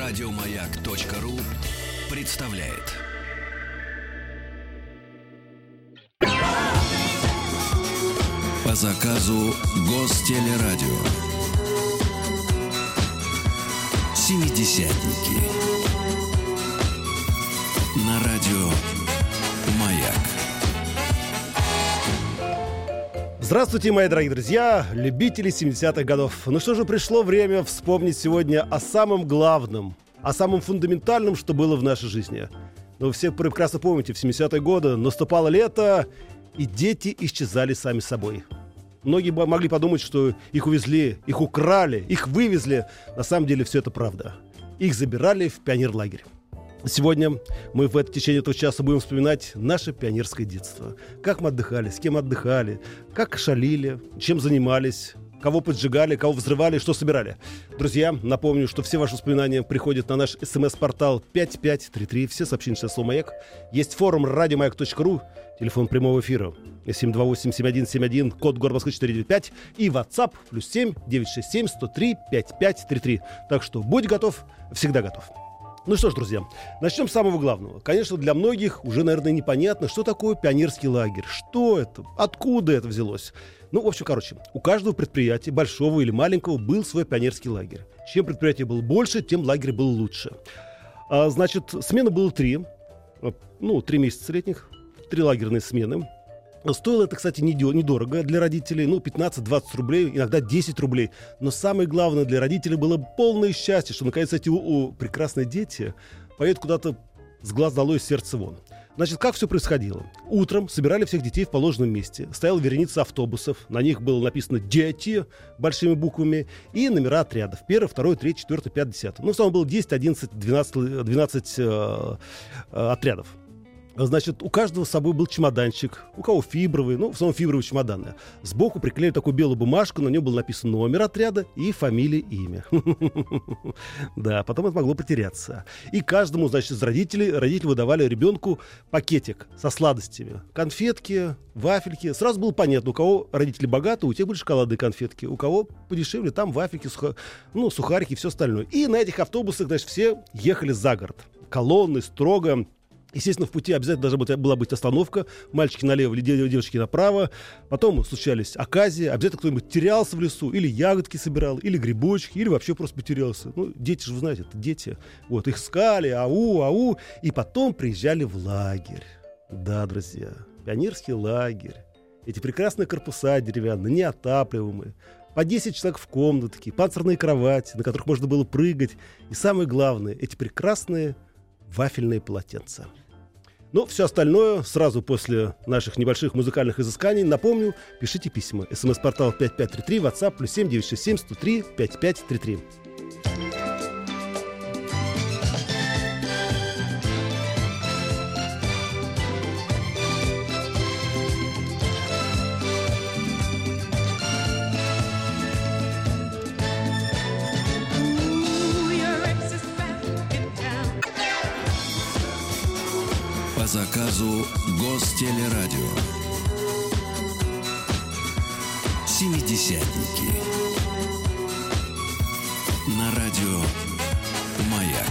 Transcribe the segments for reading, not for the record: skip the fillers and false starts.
Радиомаяк.ру представляет. По заказу Гостелерадио. Семидесятники. На радио Маяк. Здравствуйте, мои дорогие друзья, любители 70-х годов. Ну что же, пришло время вспомнить сегодня о самом главном, о самом фундаментальном, что было в нашей жизни. Ну, вы все прекрасно помните, в 70-е годы наступало лето, и дети исчезали сами собой. Многие могли подумать, что их увезли, их украли, их вывезли. На самом деле все это правда. Их забирали в пионерлагерь. Сегодня мы в течение этого часа будем вспоминать наше пионерское детство. Как мы отдыхали, с кем отдыхали, как шалили, чем занимались, кого поджигали, кого взрывали, что собирали. Друзья, напомню, что все ваши воспоминания приходят на наш СМС-портал 5533. Все сообщения сейчас слово «Маяк». Есть форум радиомаяк.ру, телефон прямого эфира 728-7171, код город Москвы 495 и WhatsApp +7 967 103 5533. Так что будь готов, всегда готов. Ну что ж, друзья, начнем с самого главного. Конечно, для многих уже, наверное, непонятно, что такое пионерский лагерь. Что это? Откуда это взялось? Ну, в общем, у каждого предприятия, большого или маленького, был свой пионерский лагерь. Чем предприятие было больше, тем лагерь был лучше. Значит, смены было 3. 3 месяца летних, 3 лагерные смены. Стоило это, кстати, недорого для родителей, 15-20 рублей, иногда 10 рублей. Но самое главное для родителей было полное счастье, что наконец эти прекрасные дети поедут куда-то с глаз долой, с сердца вон. Значит, как все происходило? Утром собирали всех детей в положенном месте, стояла вереница автобусов, на них было написано «Дети» большими буквами и номера отрядов. 1, 2, 3, 4, 5, 10. В основном было 10, 11, 12 отрядов. Значит, у каждого с собой был чемоданчик, у кого фибровый, в основном фибровые чемоданы. Сбоку приклеили такую белую бумажку, на ней был написан номер отряда и фамилия, имя. Да, потом это могло потеряться. И каждому, значит, из родители выдавали ребенку пакетик со сладостями. Конфетки, вафельки. Сразу было понятно, у кого родители богатые, у тех были шоколадные конфетки, у кого подешевле, там вафельки, сухарики и все остальное. И на этих автобусах, значит, все ехали за город. Колонны, строго. Естественно, в пути обязательно должна была быть остановка. Мальчики налево или девочки направо. Потом случались оказии. Обязательно кто-нибудь терялся в лесу. Или ягодки собирал, или грибочки, или вообще просто потерялся. Дети же, вы знаете, это дети. Вот, их искали, ау. И потом приезжали в лагерь. Да, друзья, пионерский лагерь. Эти прекрасные корпуса деревянные, неотапливаемые. По 10 человек в комнатке, панцирные кровати, на которых можно было прыгать. И самое главное, эти прекрасные вафельные полотенца. Все остальное сразу после наших небольших музыкальных изысканий. Напомню, пишите письма. СМС-портал 5533, WhatsApp +7 967 103 5533. По заказу Гостелерадио. Семидесятники. На радио Маяк.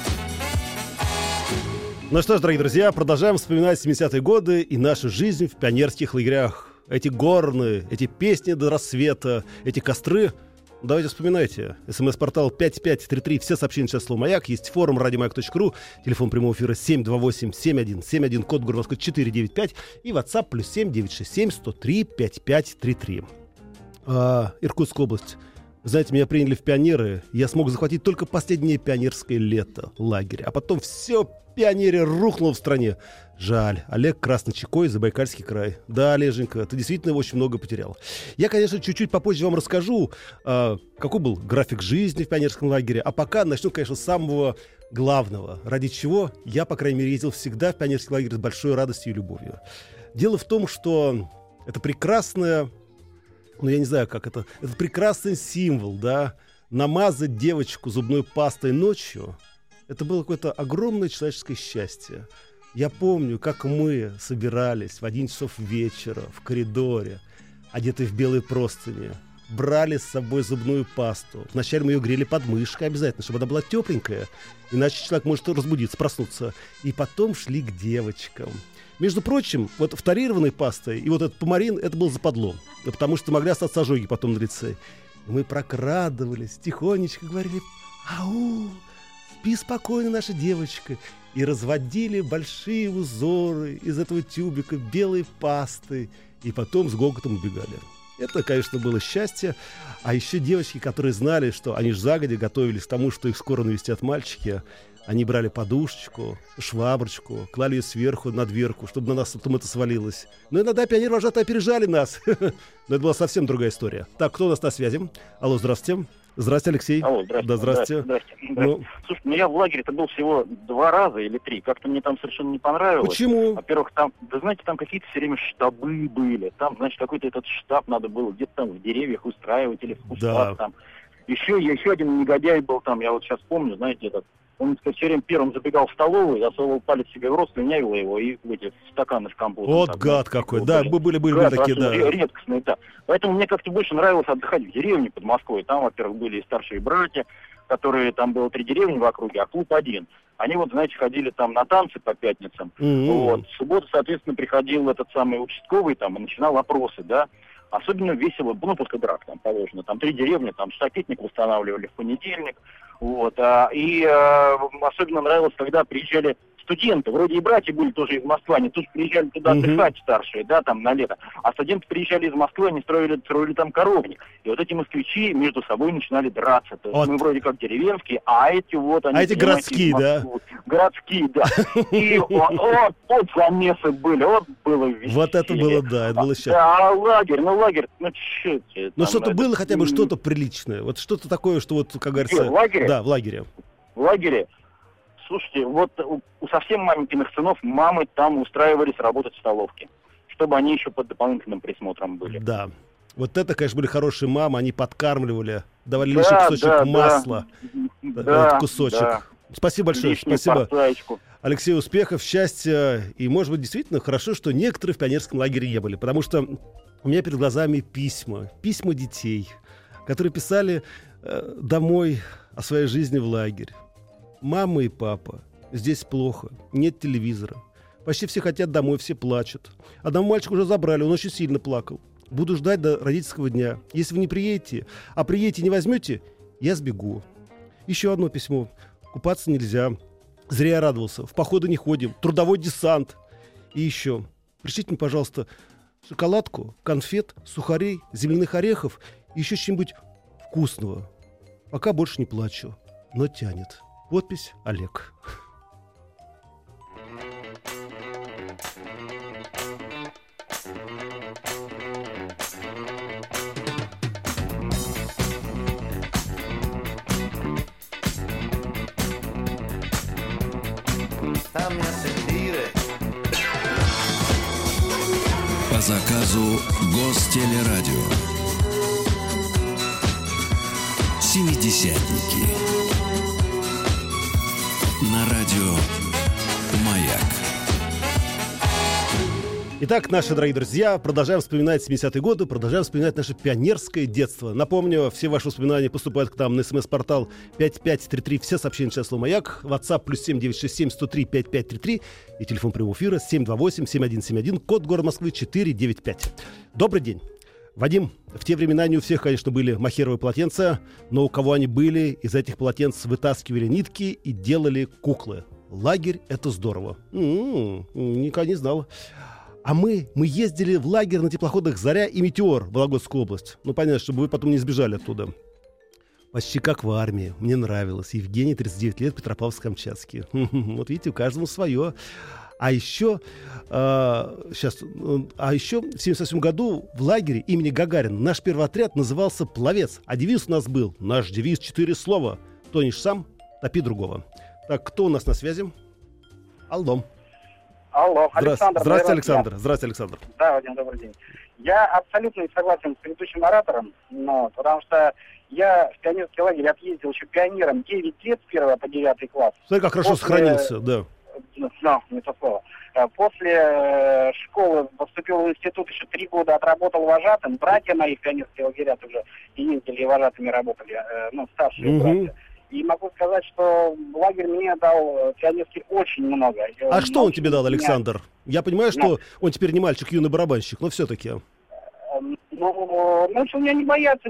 Ну что ж, дорогие друзья, продолжаем вспоминать 70-е годы и нашу жизнь в пионерских лагерях. Эти горны, эти песни до рассвета, эти костры. Давайте вспоминайте. СМС-портал 5533. Все сообщения сейчас слово «Маяк». Есть форум радиомаяк.ру. Телефон прямого эфира 728-7171. Код город Москвы 495. И WhatsApp +7 967 103 5533. Иркутская область. Знаете, меня приняли в пионеры. Я смог захватить только последнее пионерское лето лагеря. А потом все пионерия рухнуло в стране. Жаль. Олег Красночекой, Забайкальский край. Да, Олеженька, ты действительно очень много потерял. Я, конечно, чуть-чуть попозже вам расскажу, какой был график жизни в пионерском лагере. А пока начну, конечно, с самого главного. Ради чего я, по крайней мере, ездил всегда в пионерский лагерь с большой радостью и любовью. Дело в том, что это прекрасное... я не знаю, как это прекрасный символ, да, намазать девочку зубной пастой ночью, это было какое-то огромное человеческое счастье. Я помню, как мы собирались в 11 часов вечера в коридоре, одетые в белые простыни, брали с собой зубную пасту. Вначале мы ее грели под мышкой обязательно, чтобы она была тепленькая, иначе человек может разбудиться, проснуться. И потом шли к девочкам. Между прочим, вот фторированной пастой и вот этот помарин, это был западло, потому что могли остаться ожоги потом на лице. И мы прокрадывались, тихонечко говорили: «Ау, спи спокойно, наша девочка», и разводили большие узоры из этого тюбика белой пасты, и потом с гоготом убегали. Это, конечно, было счастье. А еще девочки, которые знали, что они же загодя готовились к тому, что их скоро навестят мальчики, они брали подушечку, шваброчку, клали ее сверху на дверку, чтобы на нас потом это свалилось. Но иногда пионер-вожатые опережали нас. Но это была совсем другая история. Так, кто у нас на связи? Алло, здравствуйте. Здравствуйте, Алексей. Алло, здравствуйте. Да, здравствуйте. Здравствуйте. Ну... Слушайте, я в лагере-то был всего 2 раза или 3. Как-то мне там совершенно не понравилось. Почему? Во-первых, там, да знаете, там какие-то все время штабы были. Там, значит, какой-то этот штаб надо было где-то там в деревьях устраивать или в кустах там. Еще один негодяй был там, я вот сейчас помню, знаете, этот. Он все время первым забегал в столовую, засовывал палец себе в рот, слюнявил его и эти стаканы с компотом. Вот там, гад какой, да, были такие, да. Редкостные, да. Поэтому мне как-то больше нравилось отдыхать в деревне под Москвой. Там, во-первых, были и старшие братья, которые, там было 3 деревни в округе, а клуб 1. Они вот, знаете, ходили там на танцы по пятницам. Вот. В субботу, соответственно, приходил этот самый участковый там и начинал опросы, да. Особенно весело, после драк там положено. Там 3 деревни, там штакетник устанавливали в понедельник. Вот. Особенно нравилось, когда приезжали студенты. Вроде и братья были тоже из Москвы. Они тут приезжали туда отдыхать старшие, да, там на лето. А студенты приезжали из Москвы, они строили там коровник. И вот эти москвичи между собой начинали драться. То есть мы вроде как деревенские, а эти вот они... А эти городские, да? Городские, да. И вот замесы были, вот было веселье. Вот это было, да, это было счастье. Да, лагерь, что это? Ну что-то было хотя бы что-то приличное. Вот что-то такое, что вот, как говорится... В лагере? Да, в лагере. В лагере? Слушайте, вот у совсем маленьких сынов мамы там устраивались работать в столовке, чтобы они еще под дополнительным присмотром были. Да. Вот это, конечно, были хорошие мамы, они подкармливали, давали лишний кусочек масла, кусочек. Да. Спасибо большое. Лишнюю спасибо. Порцаечку. Алексей, успехов, счастья. И, может быть, действительно хорошо, что некоторые в пионерском лагере не были, потому что у меня перед глазами письма детей, которые писали домой о своей жизни в лагере. Мама и папа, здесь плохо, нет телевизора. Почти все хотят домой, все плачут. Одного мальчика уже забрали, он очень сильно плакал. Буду ждать до родительского дня. Если вы не приедете, а приедете и не возьмете, я сбегу. Еще одно письмо. Купаться нельзя. Зря я радовался. В походы не ходим. Трудовой десант. И еще. Пришлите мне, пожалуйста, шоколадку, конфет, сухарей, земляных орехов и еще что-нибудь вкусного. Пока больше не плачу, но тянет. Подпись Олег. По заказу Гостелерадио. Семидесятники. На радио «Маяк». Итак, наши дорогие друзья, продолжаем вспоминать 70-е годы, продолжаем вспоминать наше пионерское детство. Напомню, все ваши воспоминания поступают к нам на смс-портал 5533, все сообщения через слово «Маяк», WhatsApp +7 967 103 5533 и телефон прямого эфира 728-7171, код города Москвы 495. Добрый день. Вадим, в те времена не у всех, конечно, были махеровые полотенца, но у кого они были, из этих полотенец вытаскивали нитки и делали куклы. Лагерь — это здорово. Никогда не знал. А мы ездили в лагерь на теплоходах «Заря» и «Метеор» в Вологодскую область. Ну, понятно, чтобы вы потом не сбежали оттуда. Почти как в армии. Мне нравилось. Евгений, 39 лет, Петропавловск-Камчатский. Вот видите, у каждого свое. А еще в 1978 году в лагере имени Гагарина наш первый отряд назывался «Пловец». А девиз у нас был. Наш девиз 4 слова. Тонешь сам, топи другого. Так, кто у нас на связи? Алло. Алло, Александр. Здравствуйте, Александр. Здравствуйте, Александр. Да, Вадим, добрый день. Я абсолютно не согласен с предыдущим оратором, потому что я в пионерский лагерь отъездил еще пионером 9 лет с 1 по 9 класс. Смотри, как хорошо сохранился, да. не то слово. После школы поступил в институт, еще 3 года отработал вожатым. Братья мои в пионерские лагеря тоже ездили и вожатыми работали, старшие братья. И могу сказать, что лагерь мне дал пионерский очень много. А что он тебе дал, Александр? Я понимаю, что он теперь не мальчик, юный барабанщик, но все-таки. Научил меня не бояться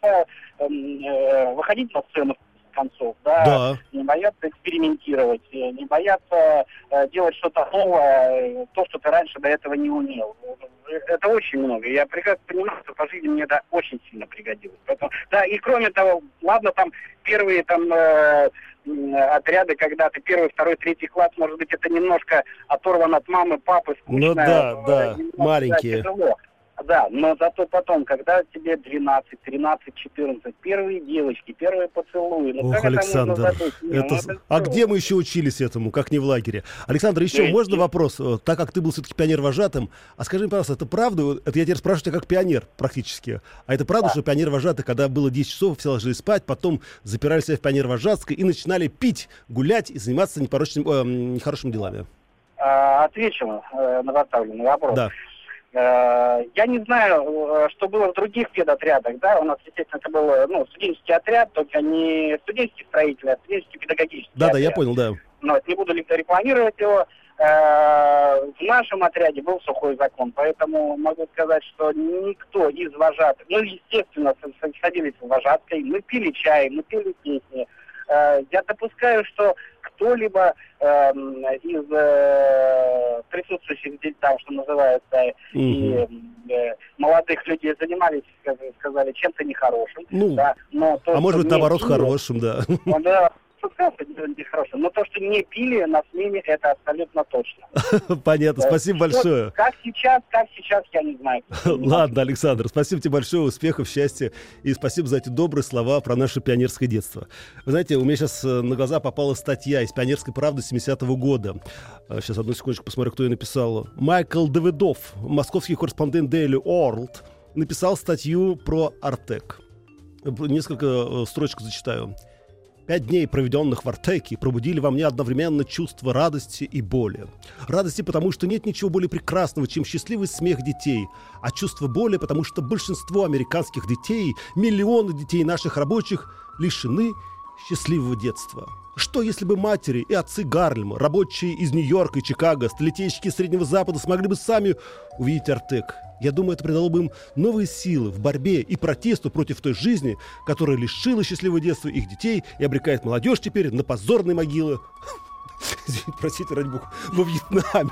выходить на сцену, в конце концов, да, не бояться экспериментировать, не бояться делать что-то новое, то, что ты раньше до этого не умел. Это очень много. Я прекрасно понимаю, что по жизни мне это очень сильно пригодилось. Поэтому, да, и кроме того, ладно, там первые отряды, когда ты 1, 2, 3 класс, может быть, это немножко оторван от мамы, папы, скучно. Ну да, маленькие. Тяжело. Да, но зато потом, когда тебе 12, 13, 14, первые девочки, первые поцелуи. Ну, ох, Александр, а где мы еще учились этому, как не в лагере? Александр, еще можно вопрос? Так как ты был все-таки пионер-вожатым, а скажи мне, пожалуйста, это правда? Это я теперь спрашиваю тебя как пионер практически. А это правда, что пионер-вожатый, когда было 10 часов, все ложились спать, потом запирали себя в пионер-вожатской и начинали пить, гулять и заниматься нехорошими делами? Отвечу на поставленный вопрос. Да. Я не знаю, что было в других педотрядах, да, у нас, естественно, это был, студенческий отряд, только не студенческий строитель, а студенческий педагогический отряд. Да, я понял, да. Но не буду рекламировать его. В нашем отряде был сухой закон, поэтому могу сказать, что никто из вожатых, естественно, садились в вожаткой, мы пили чай, мы пили песни. Я допускаю, что кто-либо из присутствующих здесь, там, что называется, и молодых людей занимались, сказали, чем-то нехорошим. Да, но то, может быть, наоборот, хорошим, да. Да, нехорошим. Но то, что не пили на смене, это абсолютно точно. Понятно, спасибо большое. Как сейчас, я не знаю. Ладно, Александр, спасибо тебе большое, успехов, счастья и спасибо за эти добрые слова про наше пионерское детство. Вы знаете, у меня сейчас на глаза попала статья из «Пионерской правды» 70-го года. Сейчас одну секундочку посмотрю, кто ее написал. Майкл Давыдов, московский корреспондент Daily World, написал статью про Артек. Несколько строчек зачитаю. 5 дней, проведенных в Артеке, пробудили во мне одновременно чувство радости и боли. Радости, потому что нет ничего более прекрасного, чем счастливый смех детей. А чувство боли, потому что большинство американских детей, миллионы детей наших рабочих, лишены счастливого детства. Что, если бы матери и отцы Гарлема, рабочие из Нью-Йорка и Чикаго, столетейщики Среднего Запада смогли бы сами увидеть Артек? Я думаю, это придало бы им новые силы в борьбе и протесту против той жизни, которая лишила счастливого детства их детей и обрекает молодежь теперь на позорные могилы. Извините, простите, ради бога, во Вьетнаме.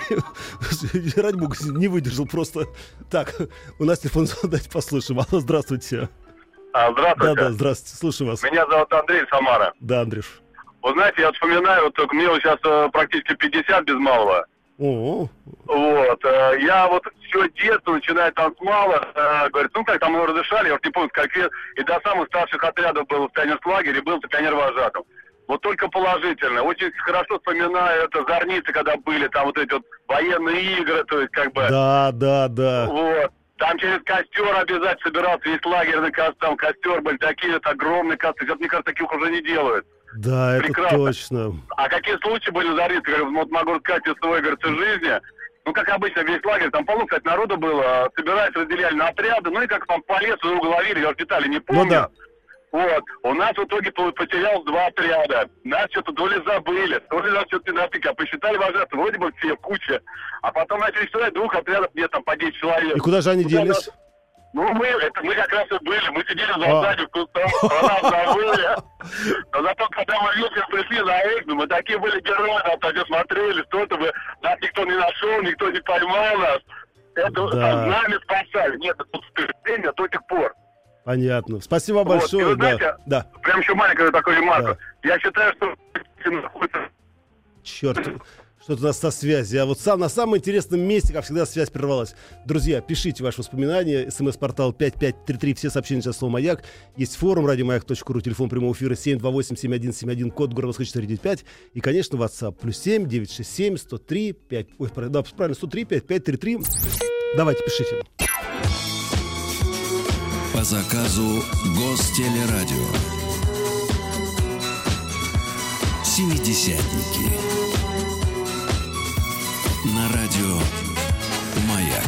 Ради бога, не выдержал просто. Так, у нас телефон, давайте послушаем. Алло, здравствуйте. Здравствуйте. Да, здравствуйте, слушаю вас. Меня зовут Андрей, Самара. Да, Андрюш. Вы знаете, я вспоминаю, только мне сейчас практически 50 без малого. О-о-о. Вот. Я все детство, начиная там с мала, говорит, как там мы разрешали, я уже не помню, как лет, и до самых старших отрядов был в пионерском лагере, был пионер-вожатым. Вот только положительно. Очень хорошо вспоминаю это зорницы, когда были, там эти военные игры, то есть Да. Вот. Там через костер обязательно собирался весь лагерь, там костер были такие огромные костры. Мне кажется, таких уже не делают. Да, прекрасно. Это точно. А какие случаи были зорницы? Могу рассказать из своей, жизни. Как обычно, весь лагерь, там полно, кстати, народу было, собирались, разделяли на отряды, и как там по лесу друг ловили, я уже детали не помню. Да. Вот. У нас в итоге потерялось 2 отряда. Нас что-то то ли забыли, то ли нас что-то не напикали. Посчитали вожатых, вроде бы все, куча. А потом начали считать 2 отрядов, где там по 10 человек. И куда же они делись? Мы как раз и были. Мы сидели за сзади в кустах, нас забыли. Но зато, когда мы вечером пришли на экзу, мы такие были герои, нас тогда смотрели, что-то бы, нас никто не нашел, никто не поймал нас. Это нами спасали. Нет, это впечатление до сих пор. Понятно. Спасибо большое. И вы знаете, прям еще маленькая такая ремарка. Да. Я считаю, что... Черт, что-то у нас со связью. А вот на самом интересном месте, как всегда, связь прервалась. Друзья, пишите ваши воспоминания. СМС-портал 5533, все сообщения сейчас слово «Маяк». Есть форум радиомаяк.ру, телефон прямого эфира 728-7171, код города Москвы 495. И, конечно, WhatsApp +7 967 103 5... Ой, да, правильно, 103 5533. Давайте, пишите. По заказу Гостелерадио. Семидесятники. На радио «Маяк».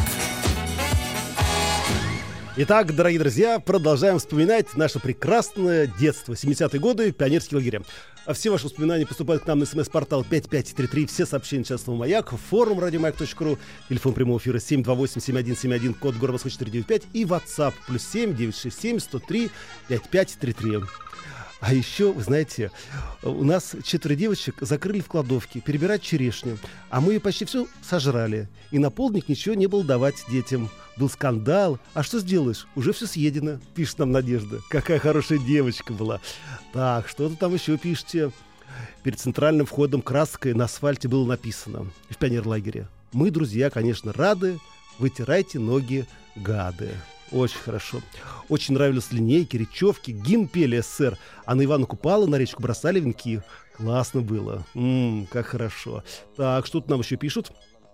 Итак, дорогие друзья, продолжаем вспоминать наше прекрасное детство, 70-е годы, пионерские лагеря. А все ваши воспоминания поступают к нам на смс-портал 5533, все сообщения частного «Маяк», форум радиомаяк.ру, телефон прямого эфира 728-7171, код города Москвы 495 и WhatsApp +7 967 103 5533. А еще, вы знаете, у нас 4 девочек закрыли в кладовке перебирать черешню, а мы ее почти все сожрали. И на полдник ничего не было давать детям. Был скандал. А что сделаешь? Уже все съедено, пишет нам Надежда. Какая хорошая девочка была. Так, что-то там еще пишете. Перед центральным входом краской на асфальте было написано в пионерлагере: мы, друзья, конечно, рады, вытирайте ноги, гады. Очень хорошо. Очень нравились линейки, речевки, гимн пели СССР. А на Ивана Купала на речку бросали венки. Классно было. Как хорошо. Так, что-то нам еще пишут.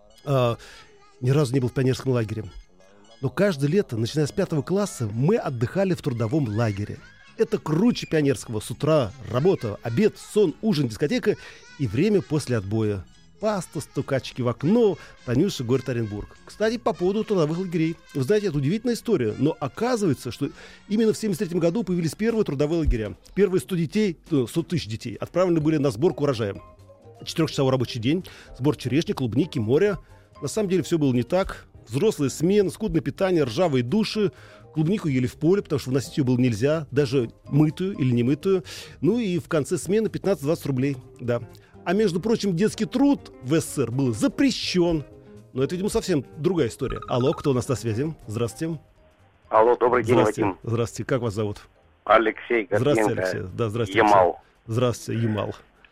Ни разу не был в пионерском лагере. Но каждое лето, начиная с 5 класса, мы отдыхали в трудовом лагере. Это круче пионерского. С утра работа, обед, сон, ужин, дискотека и время после отбоя. Паста, стукачки в окно, Танюша, город Оренбург. Кстати, по поводу трудовых лагерей. Вы знаете, это удивительная история, но оказывается, что именно в 1973 году появились первые трудовые лагеря. Первые 100 детей, 100 тысяч детей отправлены были на сборку урожая. 4-часовой рабочий день, сбор черешни, клубники, моря. На самом деле все было не так. Взрослые смены, скудное питание, ржавые души. Клубнику ели в поле, потому что вносить ее было нельзя, даже мытую или не мытую. Ну и в конце смены 15-20 рублей, да. А между прочим, детский труд в СССР был запрещен. Но это, видимо, совсем другая история. Алло, кто у нас на связи? Здравствуйте. Алло, добрый день, Здравствуйте. Вадим. Здравствуйте, как вас зовут? Алексей Горденко. Здравствуйте, Алексей. Да, здравствуйте. Ямал. Алексей. Здравствуйте, Ямал.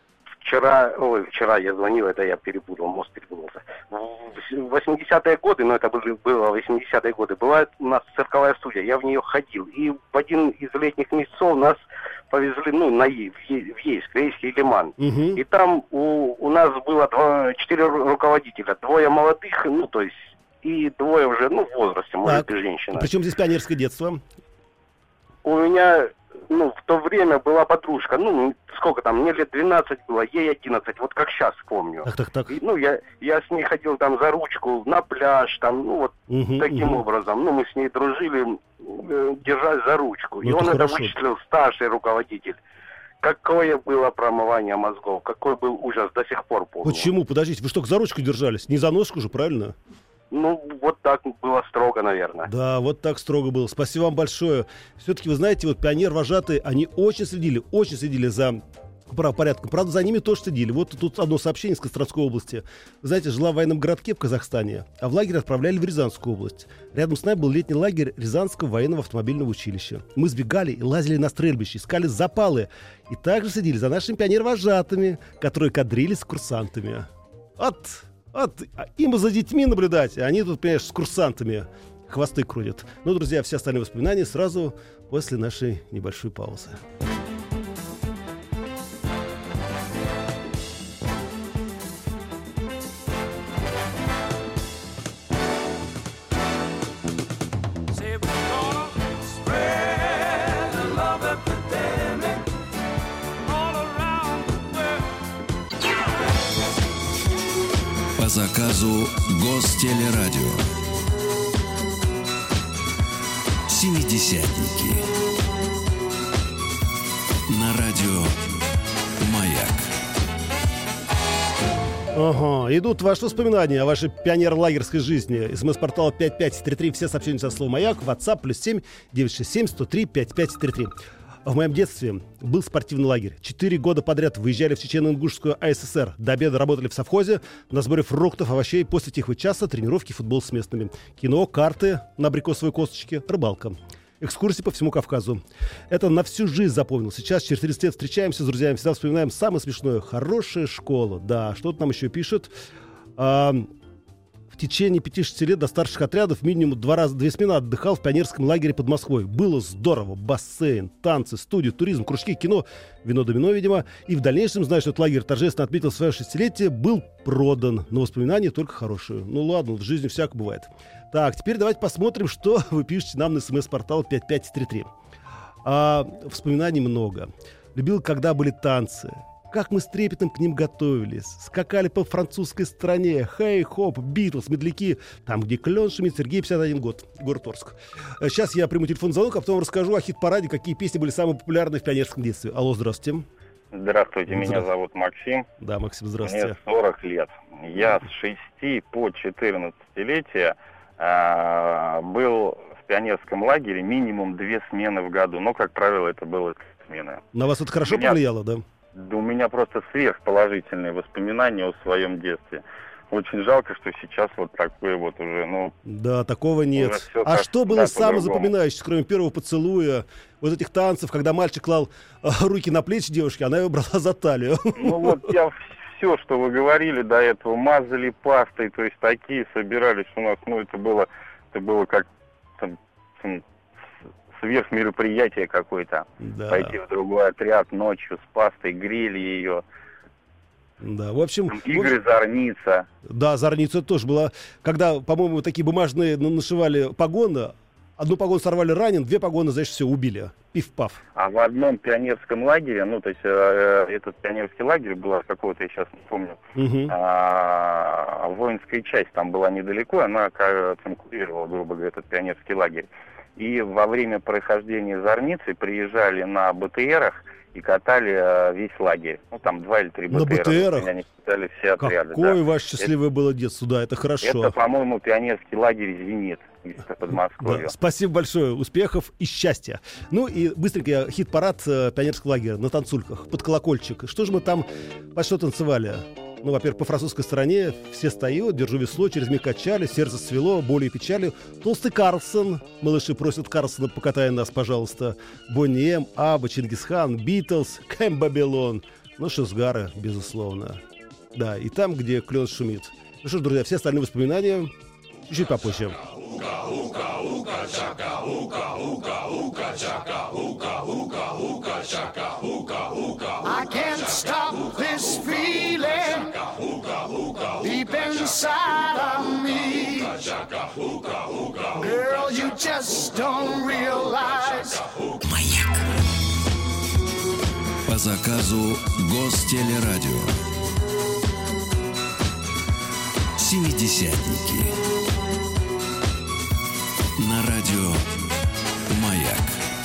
Вчера я звонил, это я перепутал, мост перепутался. В 80-е годы, но это было 80-е годы, была у нас цирковая студия, я в нее ходил. И в один из летних месяцев нас повезли, в Ейский лиман. И там у нас было 4 руководителя, 2 молодых, и 2 уже, в возрасте, может, и женщина. Причем здесь пионерское детство? У меня, в то время была подружка, сколько там, мне лет 12 было, ей 11, вот как сейчас помню. Так. И, я с ней ходил там за ручку на пляж, таким образом. Мы с ней дружили, держась за ручку. И он это вычислил, старший руководитель. Какое было промывание мозгов, какой был ужас, до сих пор помню. Почему? Подождите, вы что, за ручку держались? Не за ножку же, правильно? Вот так было строго, наверное. Да, вот так строго было. Спасибо вам большое. Все-таки, вы знаете, пионер-вожатые, они очень следили за правопорядком. Правда, за ними тоже следили. Вот тут одно сообщение из Костромской области. Вы знаете, жила в военном городке в Казахстане, а в лагерь отправляли в Рязанскую область. Рядом с нами был летний лагерь Рязанского военного автомобильного училища. Мы сбегали и лазили на стрельбище, искали запалы. И также следили за нашими пионер-вожатыми, которые кадрились с курсантами. Им бы за детьми наблюдать, а они тут, понимаешь, с курсантами хвосты крутят. Друзья, все остальные воспоминания сразу после нашей небольшой паузы. По заказу Гостелерадио. «Семидесятники». На радио «Маяк». Ага, идут ваши воспоминания о вашей пионер-лагерской жизни. СМС-портал 5533, все сообщения со словом «Маяк», WhatsApp +7 967 103 5533. В моем детстве был спортивный лагерь. 4 года подряд выезжали в Чечено-Ингушскую АССР. До обеда работали в совхозе, на сборе фруктов, овощей. После тихого часа тренировки, футбол с местными. Кино, карты на абрикосовой косточке, рыбалка. Экскурсии по всему Кавказу. Это на всю жизнь запомнил. Сейчас, через 30 лет, встречаемся с друзьями, всегда вспоминаем самое смешное. Хорошая школа. Да, что-то нам еще пишут. В течение 5-6 лет до старших отрядов минимум 2 смены отдыхал в пионерском лагере под Москвой. Было здорово. Бассейн, танцы, студия, туризм, кружки, кино, вино-домино, видимо. И в дальнейшем, знаю, что этот лагерь торжественно отметил свое 6-летие, был продан. Но воспоминания только хорошие. Ладно, в жизни всяко бывает. Так, теперь давайте посмотрим, что вы пишете нам на смс-портал 5533. Воспоминаний много. Любил, когда были танцы. Как мы с трепетом к ним готовились. Скакали по французской стране. Хей-хоп, Битлз, медляки. Там, где клен шумит, Сергей, 51 год. Город Орск. Сейчас я приму телефонный звонок, а потом расскажу о хит-параде, какие песни были самые популярные в пионерском детстве. Алло, здравствуйте. Здравствуйте, меня зовут Максим. Да, Максим, здравствуйте. Мне 40 лет. Я с 6 по 14-летие был в пионерском лагере минимум 2 смены в году. Но, как правило, это было 3 смены. На вас это хорошо повлияло, да? Да, у меня просто сверхположительные воспоминания о своем детстве. Очень жалко, что сейчас вот такое вот уже, ну... Да, такого нет. А что было самое запоминающееся, кроме первого поцелуя, вот этих танцев, когда мальчик клал руки на плечи девушки, она ее брала за талию? Ну вот я все, что вы говорили до этого, мазали пастой, то есть такие собирались у нас, ну это было как там, сверхмероприятие какое-то. Да. Пойти в другой отряд ночью с пастой, грели ее. Да, в общем... Игры «Зорница». Да, «Зорница» тоже была. Когда, по-моему, такие бумажные нашивали погоны, одну погону сорвали ранен, 2 погоны, значит, все, убили. Пиф-паф. А в одном пионерском лагере, ну, то есть этот пионерский лагерь был какого-то, я сейчас не помню, воинская часть там была недалеко, она конкурировала, грубо говоря, этот пионерский лагерь. И во время прохождения «Зорницы» приезжали на БТРах и катали весь лагерь. Ну, там 2 или 3 БТРа. На БТРах? Они катали все отряды. Какое ваше счастливое было детство, да, это хорошо. Это, по-моему, пионерский лагерь «Зенит» из Подмосковья. Да, спасибо большое, успехов и счастья. Ну и быстренько хит-парад пионерского лагеря на танцульках, под колокольчик. Что же мы там, под что танцевали? Ну, во-первых, по французской стороне все встают, держу весло, через миг качали, сердце свело, боли и печали. Толстый Карлсон, малыши просят Карлсона, покатай нас, пожалуйста. Бонни М, Абба, Чингисхан, Битлз, Кэм Бабилон. Ну, Шизгара, безусловно. Да, и там, где клен шумит. Ну что ж, друзья, все остальные воспоминания чуть-чуть попозже. I can't stop this feeling deep inside of me. Girl, you just don't realize. Маяк. По заказу Гостелерадио. Семидесятники. На радио «Маяк».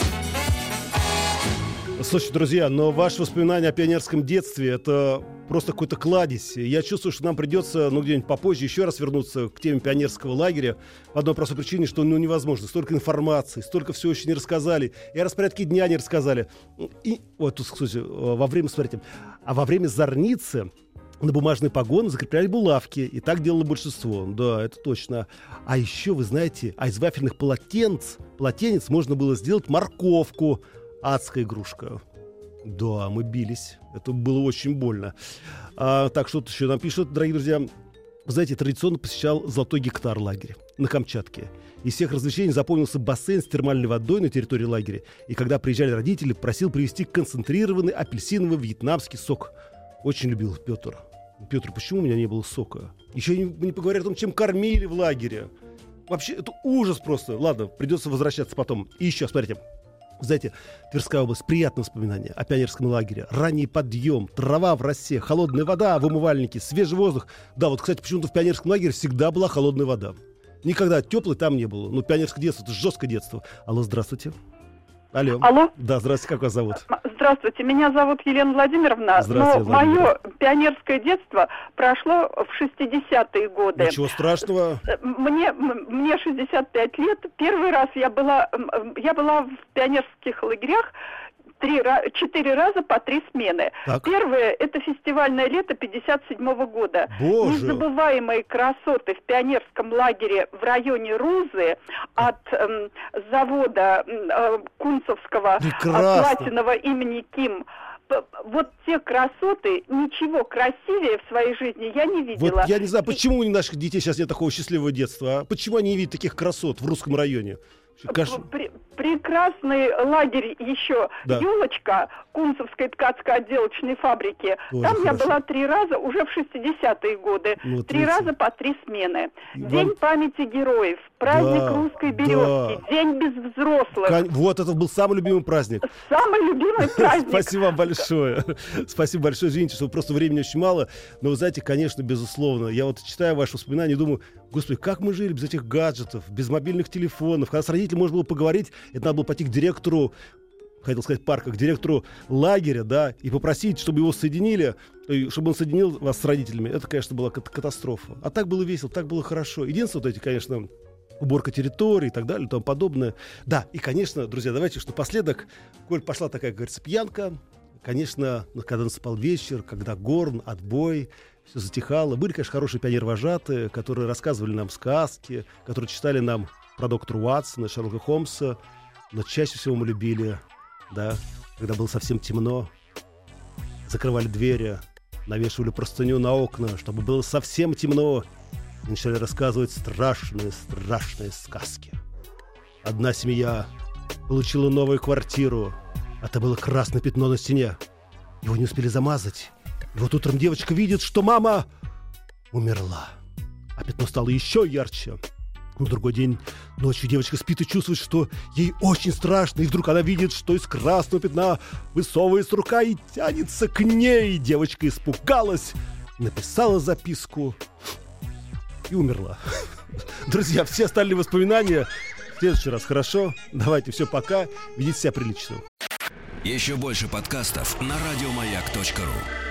Слушайте, друзья, но ваши воспоминания о пионерском детстве — это просто какой-то кладезь. Я чувствую, что нам придется, где-нибудь попозже еще раз вернуться к теме пионерского лагеря по одной простой причине, что невозможно. Столько информации, столько всего еще не рассказали. И о распорядке дня не рассказали. И вот тут, кстати, во время «Зорницы» на бумажные погоны закрепляли булавки. И так делало большинство. Да, это точно. А еще, вы знаете, из вафельных полотенец можно было сделать морковку. Адская игрушка. Да, мы бились. Это было очень больно. Так, что-то еще нам пишут, дорогие друзья. Вы знаете, традиционно посещал Золотой гектар лагеря на Камчатке. Из всех развлечений запомнился бассейн с термальной водой на территории лагеря. И когда приезжали родители, просил привезти концентрированный апельсиновый вьетнамский сок. Очень любил Петр. Петр, почему у меня не было сока? Еще не поговорили о том, чем кормили в лагере. Вообще, это ужас просто. Ладно, придется возвращаться потом. И еще, смотрите. Знаете, Тверская область, приятные воспоминания о пионерском лагере. Ранний подъем, трава в росе, холодная вода в умывальнике, свежий воздух. Да, вот, кстати, почему-то в пионерском лагере всегда была холодная вода. Никогда теплой там не было. Ну, пионерское детство — это жесткое детство. Алло, здравствуйте. Алло. Да, здравствуйте, как вас зовут? Здравствуйте, меня зовут Елена Владимировна. Но мое пионерское детство прошло в 60-е годы. Ничего страшного. Мне 65 лет. Первый раз я была в пионерских лагерях 4 раза по 3 смены. Так. Первое — это фестивальное лето 57-го года. Боже. Незабываемые красоты в пионерском лагере в районе Рузы от завода Кунцевского платинового имени Ким. Вот те красоты, ничего красивее в своей жизни я не видела. Вот я не знаю, почему у наших детей сейчас нет такого счастливого детства, а? Почему они не видят таких красот в русском районе? Прекрасный лагерь еще, да. «Елочка» Кунцевской ткацко-отделочной фабрики. Тоже там хорошо. Я была 3 раза, уже в 60-е годы. Вот 3 раза по 3 смены. День памяти героев, праздник русской березки, день без взрослых. Вот это был самый любимый праздник. Самый любимый праздник. Спасибо вам большое. Спасибо большое. Извините, что просто времени очень мало. Но вы знаете, конечно, безусловно. Я вот читаю ваши воспоминания и думаю, господи, как мы жили без этих гаджетов, без мобильных телефонов. Когда с родителями можно было поговорить, это надо было пойти к директору, хотел сказать парка, к директору лагеря, да, и попросить, чтобы его соединили, чтобы он соединил вас с родителями. Это, конечно, была катастрофа. А так было весело, так было хорошо. Единственное, вот эти, конечно, уборка территории и так далее, и тому подобное. Да, и, конечно, друзья, давайте, что напоследок, коль пошла такая, как говорится, пьянка, конечно, когда наступал вечер, когда горн, отбой, все затихало. Были, конечно, хорошие пионер-вожатые, которые рассказывали нам сказки, которые читали нам про доктора Уатсона, Шерлока Холмса. Но чаще всего мы любили, да, когда было совсем темно, закрывали двери, навешивали простыню на окна, чтобы было совсем темно, и начали рассказывать страшные сказки. Одна семья получила новую квартиру, а это было красное пятно на стене. Его не успели замазать. И вот утром девочка видит, что мама умерла. А пятно стало еще ярче. На другой день ночью девочка спит и чувствует, что ей очень страшно. И вдруг она видит, что из красного пятна высовывается рука и тянется к ней. Девочка испугалась, написала записку и умерла. Друзья, все остальные воспоминания в следующий раз, хорошо? Давайте, все, пока. Ведите себя прилично. Еще больше подкастов на радиомаяк.ру.